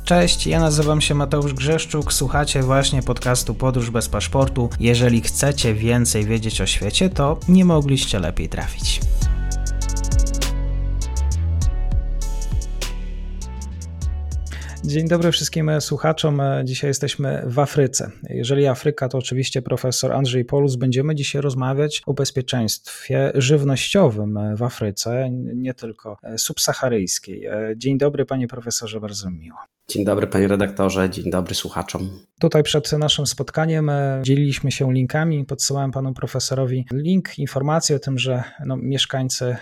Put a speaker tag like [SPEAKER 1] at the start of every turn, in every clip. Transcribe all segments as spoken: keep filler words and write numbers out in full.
[SPEAKER 1] Cześć, ja nazywam się Mateusz Grzeszczuk, słuchacie właśnie podcastu Podróż bez paszportu. Jeżeli chcecie więcej wiedzieć o świecie, to nie mogliście lepiej trafić. Dzień dobry wszystkim słuchaczom. Dzisiaj jesteśmy w Afryce. Jeżeli Afryka, to oczywiście profesor Andrzej Polus. Będziemy dzisiaj rozmawiać o bezpieczeństwie żywnościowym w Afryce, nie tylko subsaharyjskiej. Dzień dobry panie profesorze, bardzo mi miło.
[SPEAKER 2] Dzień dobry panie redaktorze, dzień dobry słuchaczom.
[SPEAKER 1] Tutaj przed naszym spotkaniem dzieliliśmy się linkami, podsyłałem panu profesorowi link, informację o tym, że no, mieszkańcy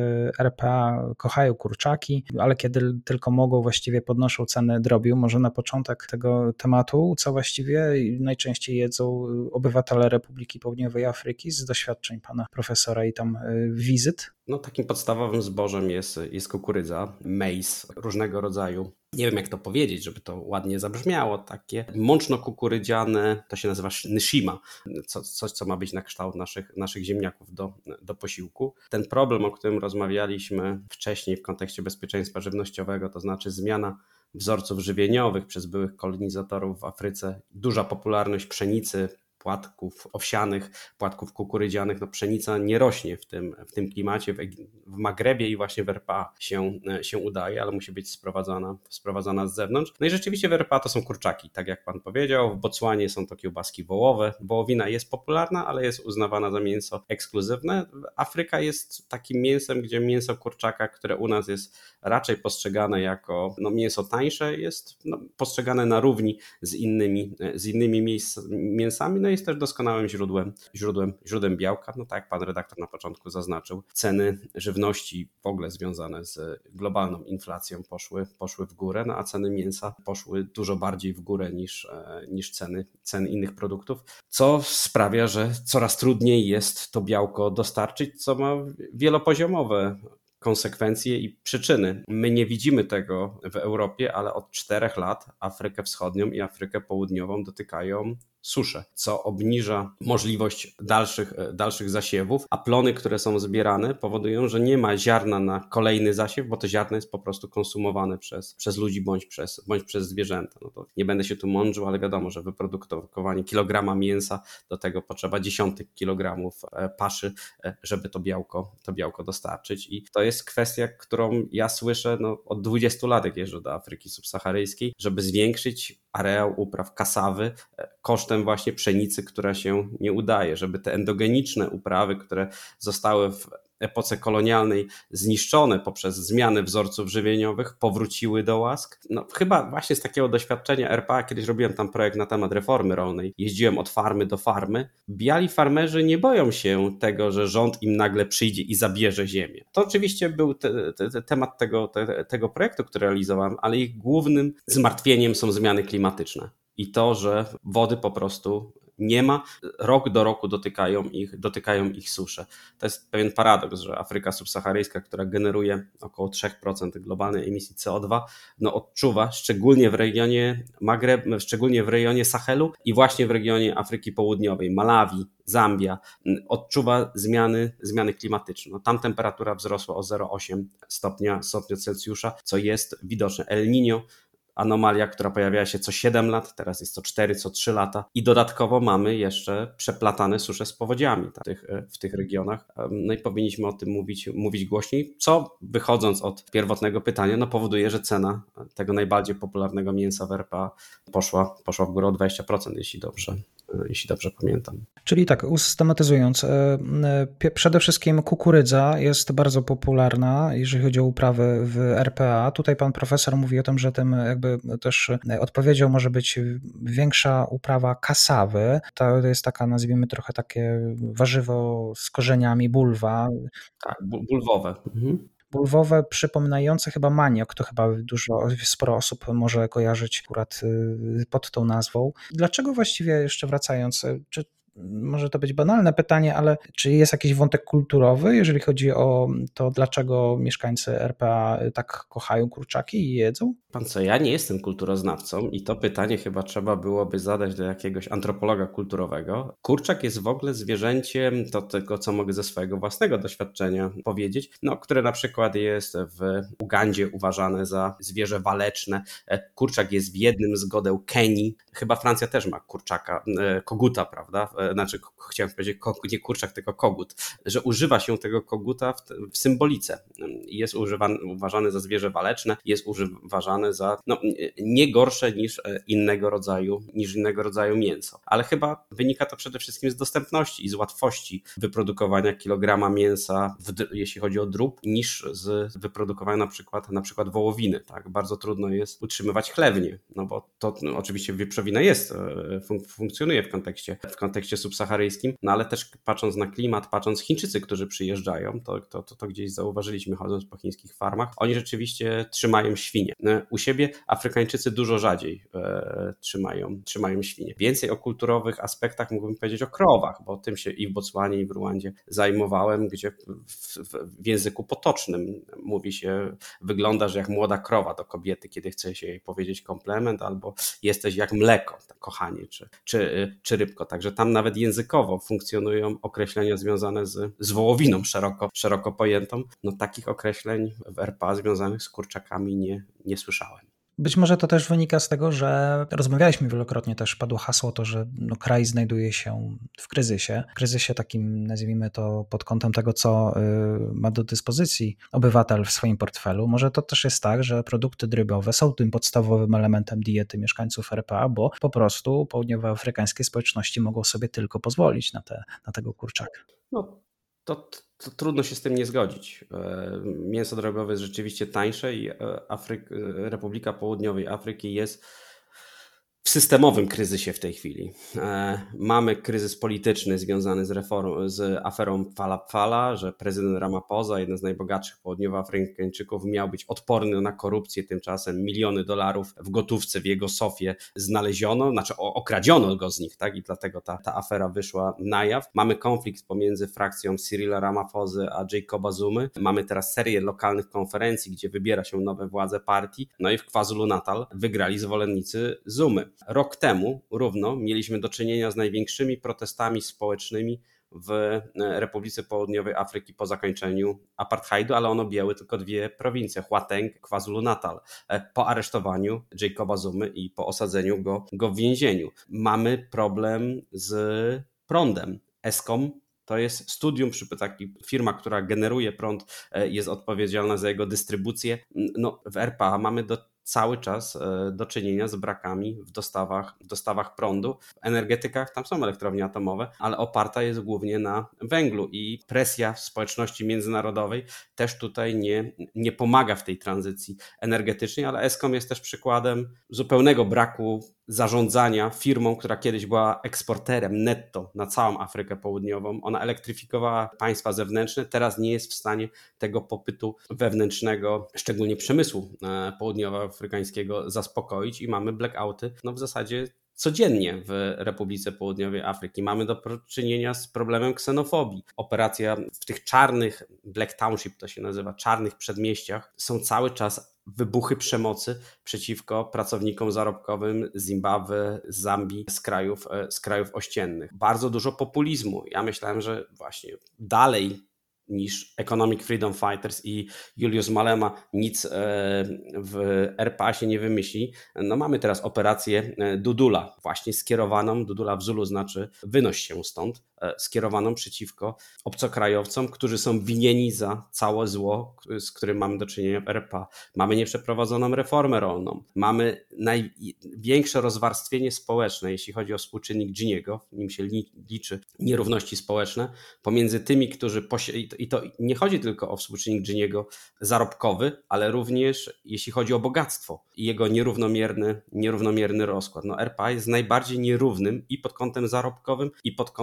[SPEAKER 1] R P A kochają kurczaki, ale kiedy tylko mogą, właściwie podnoszą ceny drobiu. Może na początek tego tematu, co właściwie najczęściej jedzą obywatele Republiki Południowej Afryki z doświadczeń pana profesora i tam wizyt?
[SPEAKER 2] No, takim podstawowym zbożem jest, jest kukurydza, maize różnego rodzaju. Nie wiem jak to powiedzieć, żeby to ładnie zabrzmiało, takie mączno-kukurydziane, to się nazywa nshima, co, coś co ma być na kształt naszych, naszych ziemniaków do, do posiłku. Ten problem, o którym rozmawialiśmy wcześniej w kontekście bezpieczeństwa żywnościowego, to znaczy zmiana wzorców żywieniowych przez byłych kolonizatorów w Afryce, duża popularność pszenicy, płatków owsianych, płatków kukurydzianych, no pszenica nie rośnie w tym, w tym klimacie, w, w Magrebie i właśnie w R P A się, się udaje, ale musi być sprowadzana, sprowadzana z zewnątrz. No i rzeczywiście w R P A to są kurczaki, tak jak pan powiedział, w Botswanie są to kiełbaski wołowe, wołowina jest popularna, ale jest uznawana za mięso ekskluzywne. Afryka jest takim mięsem, gdzie mięso kurczaka, które u nas jest raczej postrzegane jako no, mięso tańsze, jest no, postrzegane na równi z innymi, z innymi miejsc, mięsami, no jest też doskonałym źródłem, źródłem, źródłem białka. No tak jak pan redaktor na początku zaznaczył, ceny żywności w ogóle związane z globalną inflacją poszły, poszły w górę, no a ceny mięsa poszły dużo bardziej w górę niż, niż ceny, ceny innych produktów, co sprawia, że coraz trudniej jest to białko dostarczyć, co ma wielopoziomowe konsekwencje i przyczyny. My nie widzimy tego w Europie, ale od czterech lat Afrykę Wschodnią i Afrykę Południową dotykają susze, co obniża możliwość dalszych, dalszych zasiewów, a plony, które są zbierane, powodują, że nie ma ziarna na kolejny zasiew, bo to ziarno jest po prostu konsumowane przez, przez ludzi bądź przez, bądź przez zwierzęta. No to nie będę się tu mądrzył, ale wiadomo, że wyprodukowanie kilograma mięsa, do tego potrzeba dziesiątek kilogramów paszy, żeby to białko, to białko dostarczyć. I to jest kwestia, którą ja słyszę no, od dwudziestu lat, jak jeżdżę do Afryki subsaharyjskiej, żeby zwiększyć areał upraw kasawy kosztem właśnie pszenicy, która się nie udaje, żeby te endogeniczne uprawy, które zostały w epoce kolonialnej zniszczone poprzez zmianę wzorców żywieniowych, powróciły do łask. No, chyba właśnie z takiego doświadczenia R P A, kiedyś robiłem tam projekt na temat reformy rolnej, jeździłem od farmy do farmy. Biali farmerzy nie boją się tego, że rząd im nagle przyjdzie i zabierze ziemię. To oczywiście był te, te, te temat tego, te, tego projektu, który realizowałem, ale ich głównym zmartwieniem są zmiany klimatyczne i to, że wody po prostu nie ma, rok do roku dotykają ich, dotykają ich susze. To jest pewien paradoks, że Afryka subsaharyjska, która generuje około trzy procent globalnej emisji C O dwa, no odczuwa szczególnie w regionie Magreb, szczególnie w rejonie Sahelu i właśnie w regionie Afryki Południowej, Malawi, Zambia, odczuwa zmiany, zmiany klimatyczne. No, tam temperatura wzrosła o zero przecinek osiem stopnia, stopnia Celsjusza, co jest widoczne. El Niño, anomalia, która pojawiała się co siedem lat, teraz jest co cztery, co trzy lata i dodatkowo mamy jeszcze przeplatane susze z powodziami tak, w, tych, w tych regionach. No i powinniśmy o tym mówić, mówić głośniej, co wychodząc od pierwotnego pytania, no powoduje, że cena tego najbardziej popularnego mięsa w R P A poszła, poszła w górę o dwadzieścia procent, jeśli dobrze, jeśli dobrze pamiętam.
[SPEAKER 1] Czyli tak, usystematyzując, przede wszystkim kukurydza jest bardzo popularna, jeżeli chodzi o uprawę w R P A. Tutaj pan profesor mówi o tym, że tym jakby też odpowiedzią może być większa uprawa kasawy. To jest taka, nazwijmy trochę takie warzywo z korzeniami, bulwa.
[SPEAKER 2] Tak, bulwowe. Mhm.
[SPEAKER 1] Bulwowe, przypominające chyba maniok, to chyba dużo, sporo osób może kojarzyć akurat pod tą nazwą. Dlaczego właściwie, jeszcze wracając, czy może to być banalne pytanie, ale czy jest jakiś wątek kulturowy, jeżeli chodzi o to, dlaczego mieszkańcy R P A tak kochają kurczaki i jedzą?
[SPEAKER 2] Pan co, ja nie jestem kulturoznawcą i to pytanie chyba trzeba byłoby zadać do jakiegoś antropologa kulturowego. Kurczak jest w ogóle zwierzęciem, to tylko co mogę ze swojego własnego doświadczenia powiedzieć, no, które na przykład jest w Ugandzie uważane za zwierzę waleczne. Kurczak jest w jednym z godeł Kenii. Chyba Francja też ma kurczaka, koguta, prawda? Znaczy chciałem powiedzieć nie kurczak, tylko kogut, że używa się tego koguta w, w symbolice. Jest używany, uważany za zwierzę waleczne, jest uważany za no, nie gorsze niż innego rodzaju, niż innego rodzaju mięso. Ale chyba wynika to przede wszystkim z dostępności i z łatwości wyprodukowania kilograma mięsa, w, jeśli chodzi o drób, niż z wyprodukowania na przykład, na przykład wołowiny. Tak? Bardzo trudno jest utrzymywać chlewnię, no bo to no, oczywiście wieprzowina jest, fun- funkcjonuje w kontekście, w kontekście subsaharyjskim, no ale też patrząc na klimat, patrząc Chińczycy, którzy przyjeżdżają, to, to, to, to gdzieś zauważyliśmy chodząc po chińskich farmach, oni rzeczywiście trzymają świnie. U siebie Afrykańczycy dużo rzadziej e, trzymają, trzymają świnie. Więcej o kulturowych aspektach mógłbym powiedzieć o krowach, bo tym się i w Botswanie, i w Ruandzie zajmowałem, gdzie w, w, w języku potocznym mówi się, wyglądasz jak młoda krowa do kobiety, kiedy chce się jej powiedzieć komplement, albo jesteś jak mleko, tak, kochanie, czy, czy, czy rybko. Także tam nawet językowo funkcjonują określenia związane z, z wołowiną szeroko, szeroko pojętą. No takich określeń w R P A związanych z kurczakami nie, nie słyszałem.
[SPEAKER 1] Być może to też wynika z tego, że rozmawialiśmy wielokrotnie, też padło hasło to, że no, kraj znajduje się w kryzysie. W kryzysie takim, nazwijmy to, pod kątem tego, co y, ma do dyspozycji obywatel w swoim portfelu. Może to też jest tak, że produkty rybowe są tym podstawowym elementem diety mieszkańców R P A, bo po prostu południowoafrykańskie społeczności mogą sobie tylko pozwolić na, te, na tego kurczaka.
[SPEAKER 2] No. To, to trudno się z tym nie zgodzić. Mięso drogowe jest rzeczywiście tańsze i Afryk, Republika Południowej Afryki jest w systemowym kryzysie w tej chwili. Mamy kryzys polityczny związany z, reform, z aferą Fala Fala, że prezydent Ramaphosa, jeden z najbogatszych południowoafrykańczyków, miał być odporny na korupcję, tymczasem miliony dolarów w gotówce w jego sofie znaleziono, znaczy okradziono go z nich, tak? I dlatego ta, ta afera wyszła na jaw. Mamy konflikt pomiędzy frakcją Cyrila Ramaphosa a Jacoba Zumy. Mamy teraz serię lokalnych konferencji, gdzie wybiera się nowe władze partii. No i w KwaZulu-Natal wygrali zwolennicy Zumy. Rok temu równo mieliśmy do czynienia z największymi protestami społecznymi w Republice Południowej Afryki po zakończeniu apartheidu, ale one objęły tylko dwie prowincje, Gauteng, KwaZulu-Natal, po aresztowaniu Jacoba Zumy i po osadzeniu go, go w więzieniu. Mamy problem z prądem. Eskom to jest studium, taki firma, która generuje prąd, jest odpowiedzialna za jego dystrybucję. No, w R P A mamy do cały czas do czynienia z brakami w dostawach, w dostawach prądu. W energetykach tam są elektrownie atomowe, ale oparta jest głównie na węglu i presja w społeczności międzynarodowej też tutaj nie, nie pomaga w tej tranzycji energetycznej, ale Eskom jest też przykładem zupełnego braku zarządzania firmą, która kiedyś była eksporterem netto na całą Afrykę Południową. Ona elektryfikowała państwa zewnętrzne, teraz nie jest w stanie tego popytu wewnętrznego, szczególnie przemysłu południowoafrykańskiego zaspokoić i mamy blackouty no w zasadzie codziennie w Republice Południowej Afryki. Mamy do czynienia z problemem ksenofobii. Operacja w tych czarnych, Black Township to się nazywa, czarnych przedmieściach, są cały czas wybuchy przemocy przeciwko pracownikom zarobkowym z Zimbabwe, z Zambii, z krajów, z krajów ościennych. Bardzo dużo populizmu. Ja myślałem, że właśnie dalej niż Economic Freedom Fighters i Julius Malema nic w R P A się nie wymyśli. No mamy teraz operację Dudula, właśnie skierowaną, Dudula w Zulu znaczy wynoś się stąd, skierowaną przeciwko obcokrajowcom, którzy są winieni za całe zło, z którym mamy do czynienia w R P A. Mamy nieprzeprowadzoną reformę rolną, mamy największe rozwarstwienie społeczne, jeśli chodzi o współczynnik Giniego, w nim się liczy nierówności społeczne, pomiędzy tymi, którzy posi- i to nie chodzi tylko o współczynnik Giniego zarobkowy, ale również jeśli chodzi o bogactwo i jego nierównomierny, nierównomierny rozkład. No R P A jest najbardziej nierównym i pod kątem zarobkowym, i pod kątem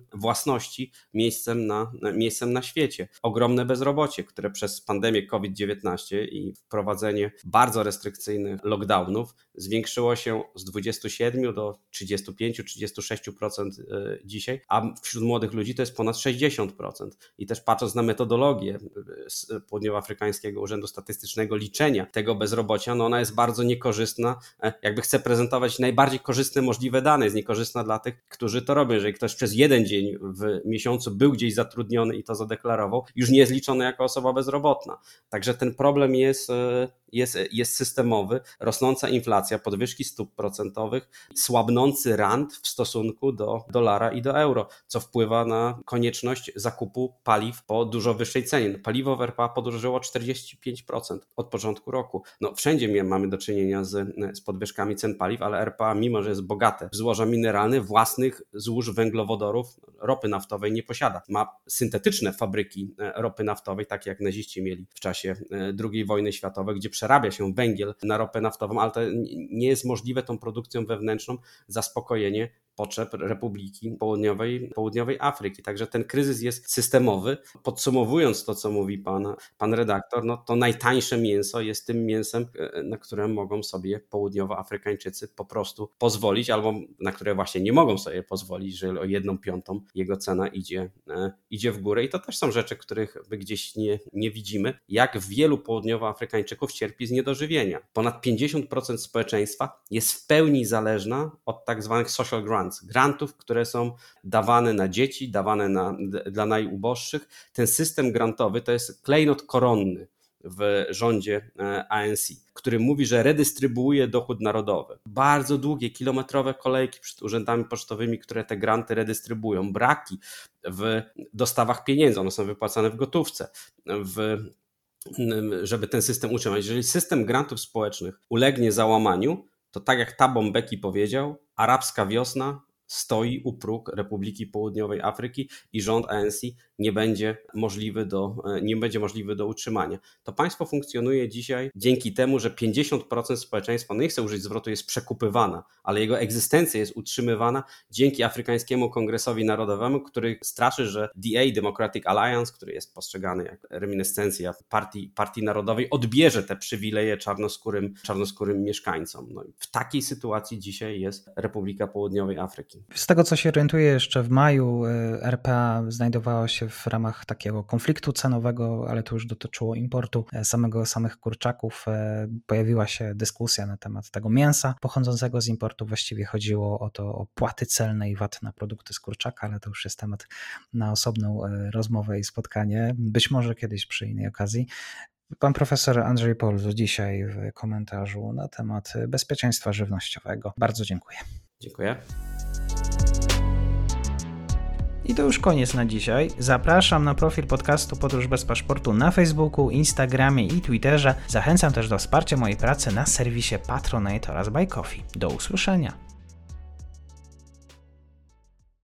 [SPEAKER 2] własności miejscem na, miejscem na świecie. Ogromne bezrobocie, które przez pandemię COVID dziewiętnaście i wprowadzenie bardzo restrykcyjnych lockdownów zwiększyło się z dwudziestu siedmiu do trzydziestu pięciu do trzydziestu sześciu procent dzisiaj, a wśród młodych ludzi to jest ponad sześćdziesiąt procent. I też patrząc na metodologię Południowoafrykańskiego Urzędu Statystycznego liczenia tego bezrobocia, no ona jest bardzo niekorzystna. Jakby chce prezentować najbardziej korzystne możliwe dane, jest niekorzystna dla tych, którzy to robią. Jeżeli ktoś przez jeden dzień w miesiącu był gdzieś zatrudniony i to zadeklarował, już nie jest liczony jako osoba bezrobotna. Także ten problem jest, jest, jest systemowy. Rosnąca inflacja, podwyżki stóp procentowych, słabnący rand w stosunku do dolara i do euro, co wpływa na konieczność zakupu paliw po dużo wyższej cenie. Paliwo w R P A podrożyło czterdzieści pięć procent od początku roku. No, wszędzie mamy do czynienia z, z podwyżkami cen paliw, ale R P A, mimo że jest bogate w złoża mineralne, własnych złóż węglowodorów, ropy naftowej nie posiada. Ma syntetyczne fabryki ropy naftowej, takie jak naziści mieli w czasie drugiej wojny światowej, gdzie przerabia się węgiel na ropę naftową, ale to nie jest możliwe tą produkcją wewnętrzną zaspokojenie potrzeb Republiki Południowej, Południowej Afryki. Także ten kryzys jest systemowy. Podsumowując to, co mówi pan, pan redaktor, no to najtańsze mięso jest tym mięsem, na które mogą sobie południowoafrykańczycy po prostu pozwolić, albo na które właśnie nie mogą sobie pozwolić, że o jedną piątą jego cena idzie, idzie w górę. I to też są rzeczy, których my gdzieś nie, nie widzimy, jak wielu południowoafrykańczyków cierpi z niedożywienia. Ponad pięćdziesiąt procent społeczeństwa jest w pełni zależna od tak zwanych social grants, grantów, które są dawane na dzieci, dawane na, dla najuboższych. Ten system grantowy to jest klejnot koronny w rządzie A N C, który mówi, że redystrybuuje dochód narodowy. Bardzo długie, kilometrowe kolejki przed urzędami pocztowymi, które te granty redystrybują. Braki w dostawach pieniędzy, one są wypłacane w gotówce, w żeby ten system utrzymać. Jeżeli system grantów społecznych ulegnie załamaniu, to tak jak Thabo Mbeki powiedział, arabska wiosna stoi u próg Republiki Południowej Afryki i rząd A N C nie będzie możliwy do, nie będzie możliwy do utrzymania. To państwo funkcjonuje dzisiaj dzięki temu, że pięćdziesiąt procent społeczeństwa, no nie chcę użyć zwrotu, jest przekupywana, ale jego egzystencja jest utrzymywana dzięki Afrykańskiemu Kongresowi Narodowemu, który straszy, że D A, Democratic Alliance, który jest postrzegany jak reminiscencja partii, partii narodowej, odbierze te przywileje czarnoskórym, czarnoskórym mieszkańcom. No i w takiej sytuacji dzisiaj jest Republika Południowej Afryki.
[SPEAKER 1] Z tego, co się orientuję, jeszcze w maju R P A znajdowała się w ramach takiego konfliktu cenowego, ale to już dotyczyło importu samego, samych kurczaków. Pojawiła się dyskusja na temat tego mięsa pochodzącego z importu. Właściwie chodziło o to, o płaty celne i V A T na produkty z kurczaka, ale to już jest temat na osobną rozmowę i spotkanie. Być może kiedyś przy innej okazji. Pan profesor Andrzej Polzo dzisiaj w komentarzu na temat bezpieczeństwa żywnościowego. Bardzo dziękuję.
[SPEAKER 2] Dziękuję.
[SPEAKER 1] I to już koniec na dzisiaj. Zapraszam na profil podcastu Podróż bez paszportu na Facebooku, Instagramie i Twitterze. Zachęcam też do wsparcia mojej pracy na serwisie Patronite oraz Buy Coffee. Do usłyszenia.